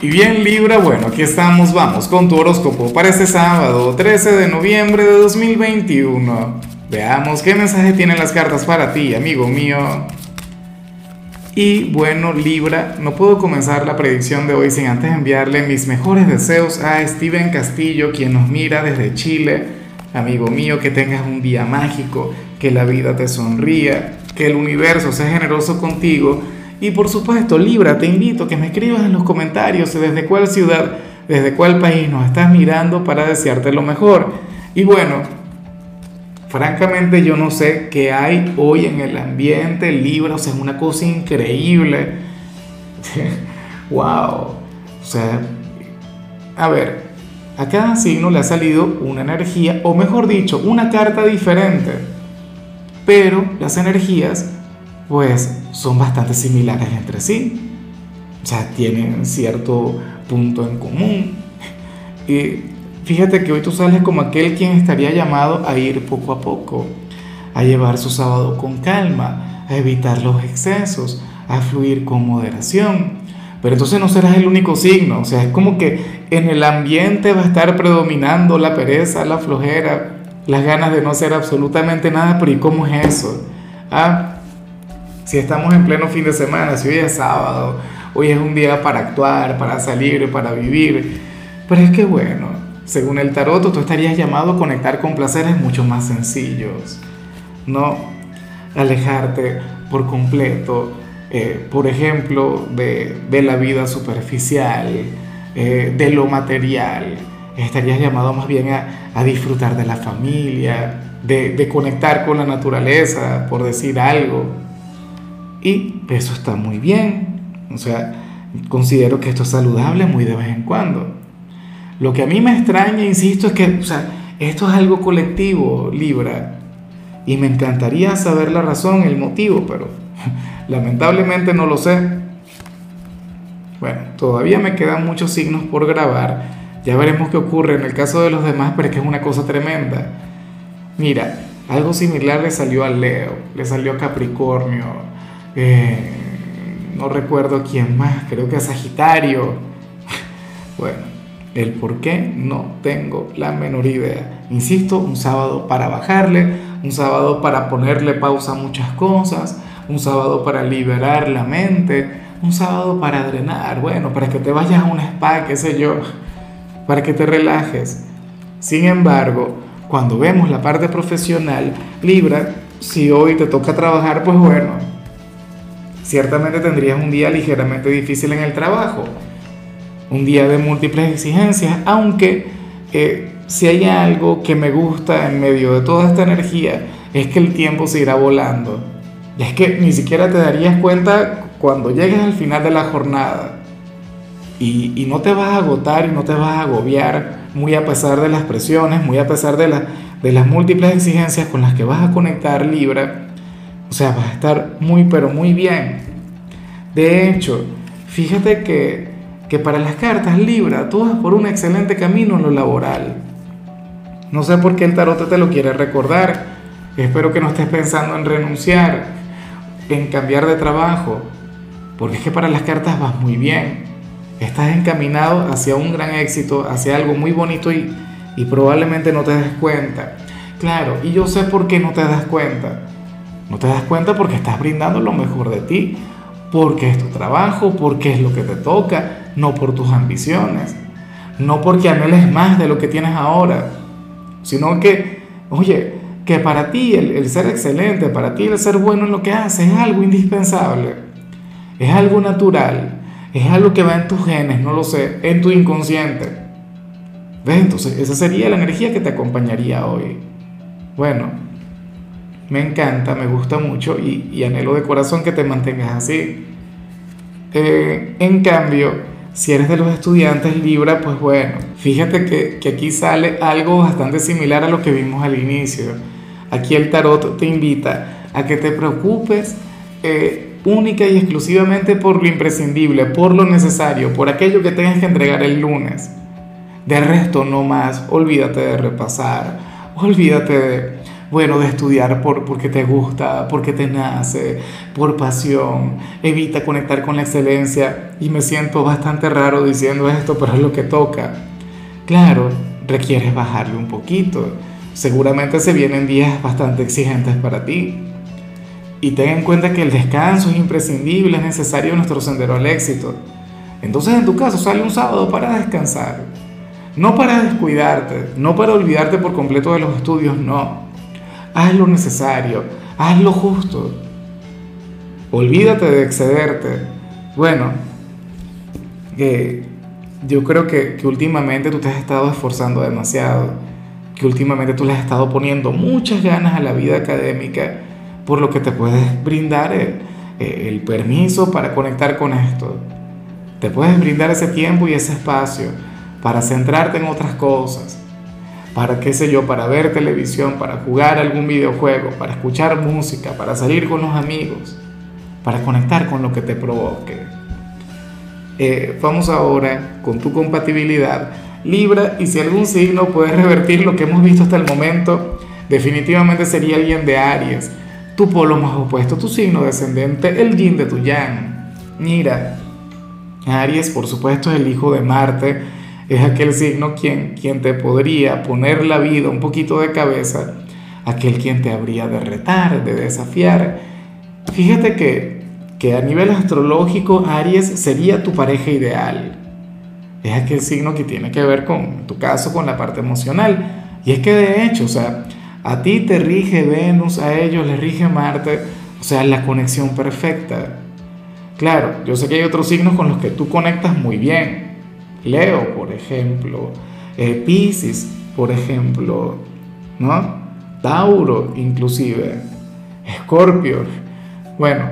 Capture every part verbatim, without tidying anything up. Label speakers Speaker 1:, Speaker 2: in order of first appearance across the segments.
Speaker 1: Y bien Libra, bueno, aquí estamos, vamos con tu horóscopo para este sábado, trece de noviembre de dos mil veintiuno. Veamos qué mensaje tienen las cartas para ti, amigo mío. Y bueno, Libra, no puedo comenzar la predicción de hoy sin antes enviarle mis mejores deseos a Steven Castillo, quien nos mira desde Chile. Amigo mío, que tengas un día mágico, que la vida te sonría, que el universo sea generoso contigo. Y por supuesto, Libra, te invito a que me escribas en los comentarios desde cuál ciudad, desde cuál país nos estás mirando para desearte lo mejor. Y bueno, francamente yo no sé qué hay hoy en el ambiente, Libra, o sea, es una cosa increíble. ¡Wow! O sea, a ver, a cada signo le ha salido una energía, o mejor dicho, una carta diferente. Pero las energías, pues, son bastante similares entre sí. O sea, tienen cierto punto en común. Y fíjate que hoy tú sales como aquel quien estaría llamado a ir poco a poco, a llevar su sábado con calma, a evitar los excesos, a fluir con moderación. Pero entonces no serás el único signo. O sea, es como que en el ambiente va a estar predominando la pereza, la flojera, las ganas de no hacer absolutamente nada. Pero ¿y cómo es eso? ¿Ah? Si estamos en pleno fin de semana, si hoy es sábado, hoy es un día para actuar, para salir, para vivir. Pero es que bueno, según el tarot, tú estarías llamado a conectar con placeres mucho más sencillos. No alejarte por completo, eh, por ejemplo, de, de la vida superficial, eh, de lo material. Estarías llamado más bien a, a disfrutar de la familia, de, de conectar con la naturaleza, por decir algo. Y eso está muy bien. O sea, considero que esto es saludable muy de vez en cuando. Lo que a mí me extraña, insisto, es que, o sea, esto es algo colectivo, Libra. Y me encantaría saber la razón, el motivo, pero lamentablemente no lo sé. Bueno, todavía me quedan muchos signos por grabar. Ya veremos qué ocurre en el caso de los demás, pero es que es una cosa tremenda. Mira, algo similar le salió a Leo, le salió a Capricornio. Eh, no recuerdo quién más, creo que a Sagitario. Bueno, el por qué no tengo la menor idea. Insisto, un sábado para bajarle, un sábado para ponerle pausa a muchas cosas, un sábado para liberar la mente, un sábado para drenar, bueno, para que te vayas a un spa, qué sé yo, para que te relajes. Sin embargo, cuando vemos la parte profesional, Libra, si hoy te toca trabajar, pues bueno, ciertamente tendrías un día ligeramente difícil en el trabajo, un día de múltiples exigencias, aunque eh, si hay algo que me gusta en medio de toda esta energía, es que el tiempo se irá volando. Y es que ni siquiera te darías cuenta cuando llegues al final de la jornada. Y, y no te vas a agotar y no te vas a agobiar, muy a pesar de las presiones, muy a pesar de, la, de las múltiples exigencias con las que vas a conectar, Libra. O sea, vas a estar muy, pero muy bien. De hecho, fíjate que, que para las cartas, Libra, tú vas por un excelente camino en lo laboral. No sé por qué el tarot te lo quiere recordar. Espero que no estés pensando en renunciar, en cambiar de trabajo, porque es que para las cartas vas muy bien. Estás encaminado hacia un gran éxito, hacia algo muy bonito y, y probablemente no te des cuenta. Claro, y yo sé por qué no te das cuenta. No te das cuenta porque estás brindando lo mejor de ti, porque es tu trabajo, porque es lo que te toca, no por tus ambiciones, no porque anheles más de lo que tienes ahora, sino que, oye, que para ti el, el ser excelente, para ti el ser bueno en lo que haces es algo indispensable, es algo natural, es algo que va en tus genes, no lo sé, en tu inconsciente. ¿Ves? Entonces esa sería la energía que te acompañaría hoy. Bueno, me encanta, me gusta mucho y, y anhelo de corazón que te mantengas así. Eh, en cambio, si eres de los estudiantes, Libra, pues bueno, fíjate que, que aquí sale algo bastante similar a lo que vimos al inicio. Aquí el tarot te invita a que te preocupes eh, única y exclusivamente por lo imprescindible, por lo necesario, por aquello que tengas que entregar el lunes. De resto, no más, olvídate de repasar, olvídate de bueno, de estudiar por, porque te gusta, porque te nace, por pasión. Evita conectar con la excelencia. Y me siento bastante raro diciendo esto, pero es lo que toca. Claro, requieres bajarle un poquito. Seguramente se vienen días bastante exigentes para ti. Y ten en cuenta que el descanso es imprescindible, es necesario en nuestro sendero al éxito. Entonces, en tu caso, sale un sábado para descansar. No para descuidarte, no para olvidarte por completo de los estudios, no. Haz lo necesario, haz lo justo. Olvídate de excederte. Bueno, eh, yo creo que, que últimamente tú te has estado esforzando demasiado, que últimamente tú le has estado poniendo muchas ganas a la vida académica, por lo que te puedes brindar el, el permiso para conectar con esto. Te puedes brindar ese tiempo y ese espacio para centrarte en otras cosas, para qué sé yo, para ver televisión, para jugar algún videojuego, para escuchar música, para salir con los amigos, para conectar con lo que te provoque. Eh, vamos ahora con tu compatibilidad Libra, y si algún signo puede revertir lo que hemos visto hasta el momento, definitivamente sería alguien de Aries, tu polo más opuesto, tu signo descendente, el yin de tu yang. Mira, Aries, por supuesto, es el hijo de Marte, es aquel signo quien, quien te podría poner la vida un poquito de cabeza, aquel quien te habría de retar, de desafiar. Fíjate que, que a nivel astrológico, Aries sería tu pareja ideal. Es aquel signo que tiene que ver con, en tu caso, con la parte emocional. Y es que de hecho, o sea, a ti te rige Venus, a ellos les rige Marte, o sea, la conexión perfecta. Claro, yo sé que hay otros signos con los que tú conectas muy bien. Leo, por ejemplo, eh, Piscis, por ejemplo, ¿no? Tauro, inclusive, Escorpio. Bueno,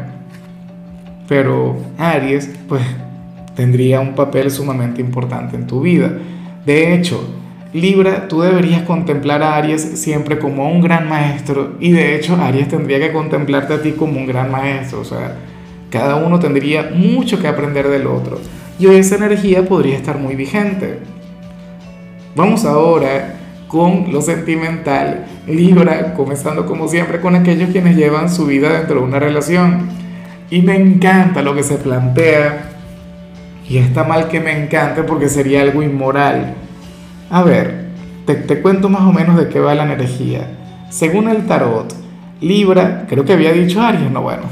Speaker 1: pero Aries, pues, tendría un papel sumamente importante en tu vida. De hecho, Libra, tú deberías contemplar a Aries siempre como un gran maestro, y de hecho Aries tendría que contemplarte a ti como un gran maestro. O sea, cada uno tendría mucho que aprender del otro, y hoy esa energía podría estar muy vigente. Vamos ahora con lo sentimental, Libra, comenzando como siempre con aquellos quienes llevan su vida dentro de una relación. Y me encanta lo que se plantea, y está mal que me encante porque sería algo inmoral. A ver, te, te cuento más o menos de qué va la energía. Según el tarot, Libra, creo que había dicho Aries, no, bueno,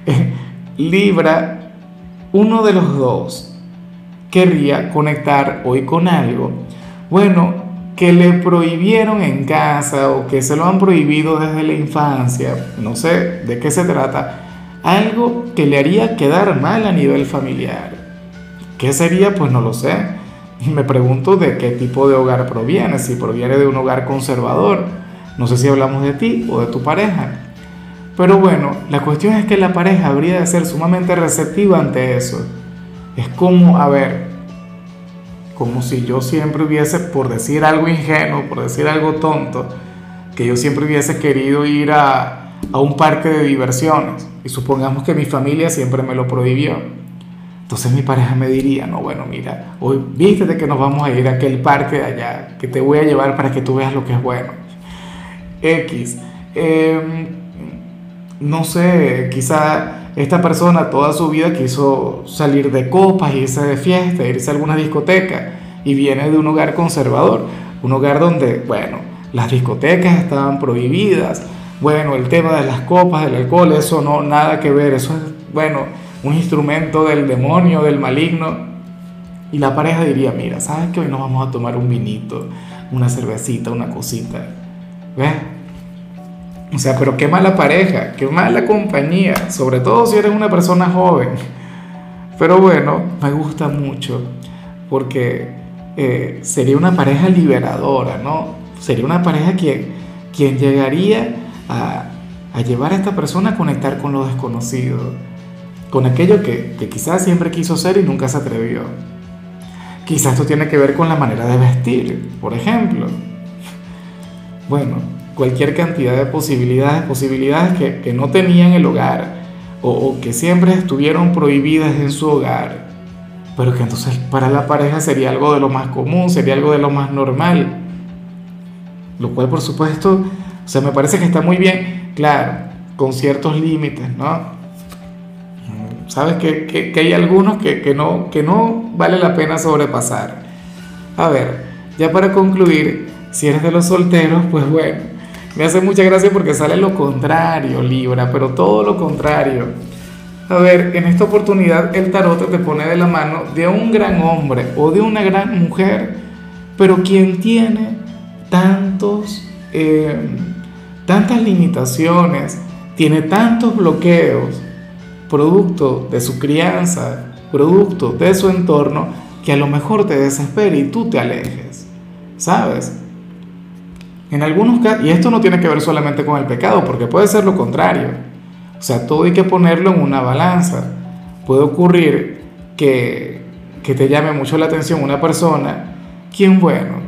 Speaker 1: Libra, uno de los dos querría conectar hoy con algo, bueno, que le prohibieron en casa o que se lo han prohibido desde la infancia, no sé de qué se trata, algo que le haría quedar mal a nivel familiar. ¿Qué sería? Pues no lo sé. Me pregunto de qué tipo de hogar proviene, si proviene de un hogar conservador. No sé si hablamos de ti o de tu pareja. Pero bueno, la cuestión es que la pareja habría de ser sumamente receptiva ante eso. Es como, a ver, como si yo siempre hubiese, por decir algo ingenuo, por decir algo tonto, que yo siempre hubiese querido ir a, a un parque de diversiones, y supongamos que mi familia siempre me lo prohibió. Entonces mi pareja me diría, no, bueno, mira, hoy vístete que nos vamos a ir a aquel parque de allá, que te voy a llevar para que tú veas lo que es bueno. X. Eh, no sé, quizá esta persona toda su vida quiso salir de copas, irse de fiesta, irse a alguna discoteca, y viene de un hogar conservador, un hogar donde, bueno, las discotecas estaban prohibidas, bueno, el tema de las copas, del alcohol, eso no, nada que ver, eso es, bueno, un instrumento del demonio, del maligno. Y la pareja diría, mira, ¿sabes qué? Hoy nos vamos a tomar un vinito, una cervecita, una cosita, ¿ves? O sea, pero qué mala pareja, qué mala compañía, sobre todo si eres una persona joven. Pero bueno, me gusta mucho porque eh, sería una pareja liberadora, ¿no? Sería una pareja quien, quien llegaría a, a llevar a esta persona a conectar con lo desconocido, con aquello que, que quizás siempre quiso ser y nunca se atrevió. Quizás esto tiene que ver con la manera de vestir, por ejemplo. Bueno, cualquier cantidad de posibilidades, posibilidades que, que no tenían el hogar, o, o que siempre estuvieron prohibidas en su hogar, pero que entonces para la pareja sería algo de lo más común, sería algo de lo más normal, lo cual por supuesto O sea, me parece que está muy bien, claro, con ciertos límites, ¿no? Sabes que, que, que hay algunos que, que, no, que no vale la pena sobrepasar. A ver, ya para concluir, si eres de los solteros, pues bueno, me hace mucha gracia porque sale lo contrario, Libra, pero todo lo contrario. A ver, en esta oportunidad el tarot te pone de la mano de un gran hombre o de una gran mujer, pero quien tiene tantos, eh, tantas limitaciones, tiene tantos bloqueos, producto de su crianza, producto de su entorno, que a lo mejor te desespere y tú te alejes, ¿sabes? En algunos casos, y esto no tiene que ver solamente con el pecado, porque puede ser lo contrario. O sea, todo hay que ponerlo en una balanza. Puede ocurrir que, que te llame mucho la atención una persona, quien, bueno,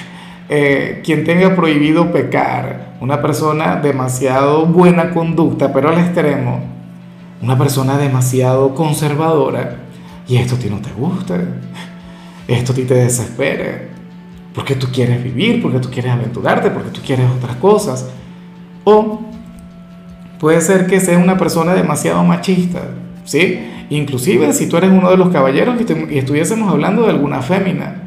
Speaker 1: eh, quien tenga prohibido pecar, una persona demasiado buena conducta, pero al extremo, una persona demasiado conservadora, y esto a ti no te gusta, esto a ti te desespera, porque tú quieres vivir, porque tú quieres aventurarte, porque tú quieres otras cosas. O puede ser que sea una persona demasiado machista, ¿sí? Inclusive si tú eres uno de los caballeros y, te, y estuviésemos hablando de alguna fémina,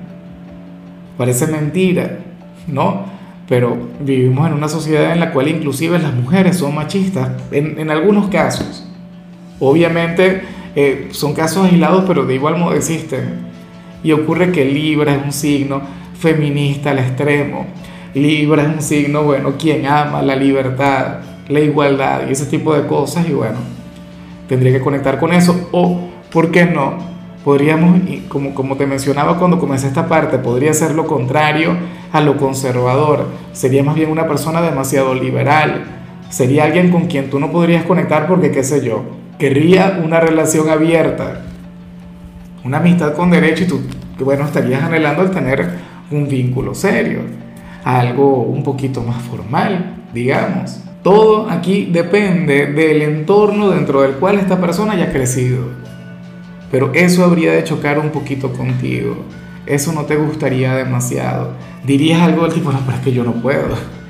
Speaker 1: parece mentira, ¿no? Pero vivimos en una sociedad en la cual inclusive las mujeres son machistas, en, en algunos casos. Obviamente eh, son casos aislados, pero de igual modo existen. Y ocurre que Libra es un signo feminista al extremo. Libra es un signo, bueno, quien ama la libertad, la igualdad y ese tipo de cosas. Y bueno, tendría que conectar con eso. O, ¿por qué no? Podríamos, como, como te mencionaba cuando comencé esta parte, podría ser lo contrario a lo conservador. Sería más bien una persona demasiado liberal. Sería alguien con quien tú no podrías conectar porque, qué sé yo, querría una relación abierta, una amistad con derecho, y tú, bueno, estarías anhelando el tener un vínculo serio, algo un poquito más formal, digamos. Todo aquí depende del entorno dentro del cual esta persona haya crecido. Pero eso habría de chocar un poquito contigo. Eso no te gustaría demasiado. Dirías algo del tipo, no, pero es que yo no puedo.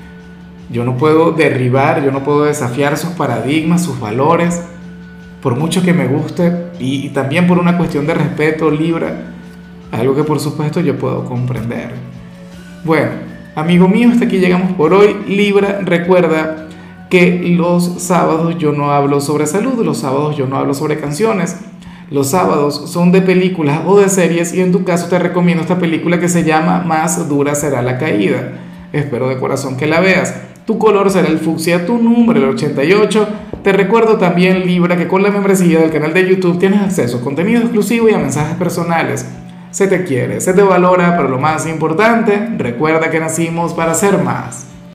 Speaker 1: Yo no puedo derribar, yo no puedo desafiar sus paradigmas, sus valores, por mucho que me guste, y, y también por una cuestión de respeto, Libra, algo que por supuesto yo puedo comprender. Bueno, amigo mío, hasta aquí llegamos por hoy. Libra, recuerda que los sábados yo no hablo sobre salud, los sábados yo no hablo sobre canciones, los sábados son de películas o de series, y en tu caso te recomiendo esta película que se llama Más dura será la caída. Espero de corazón que la veas. Tu color será el fucsia, tu número el ochenta y ocho. Te recuerdo también, Libra, que con la membresía del canal de YouTube tienes acceso a contenido exclusivo y a mensajes personales. Se te quiere, se te valora, pero lo más importante, recuerda que nacimos para ser más.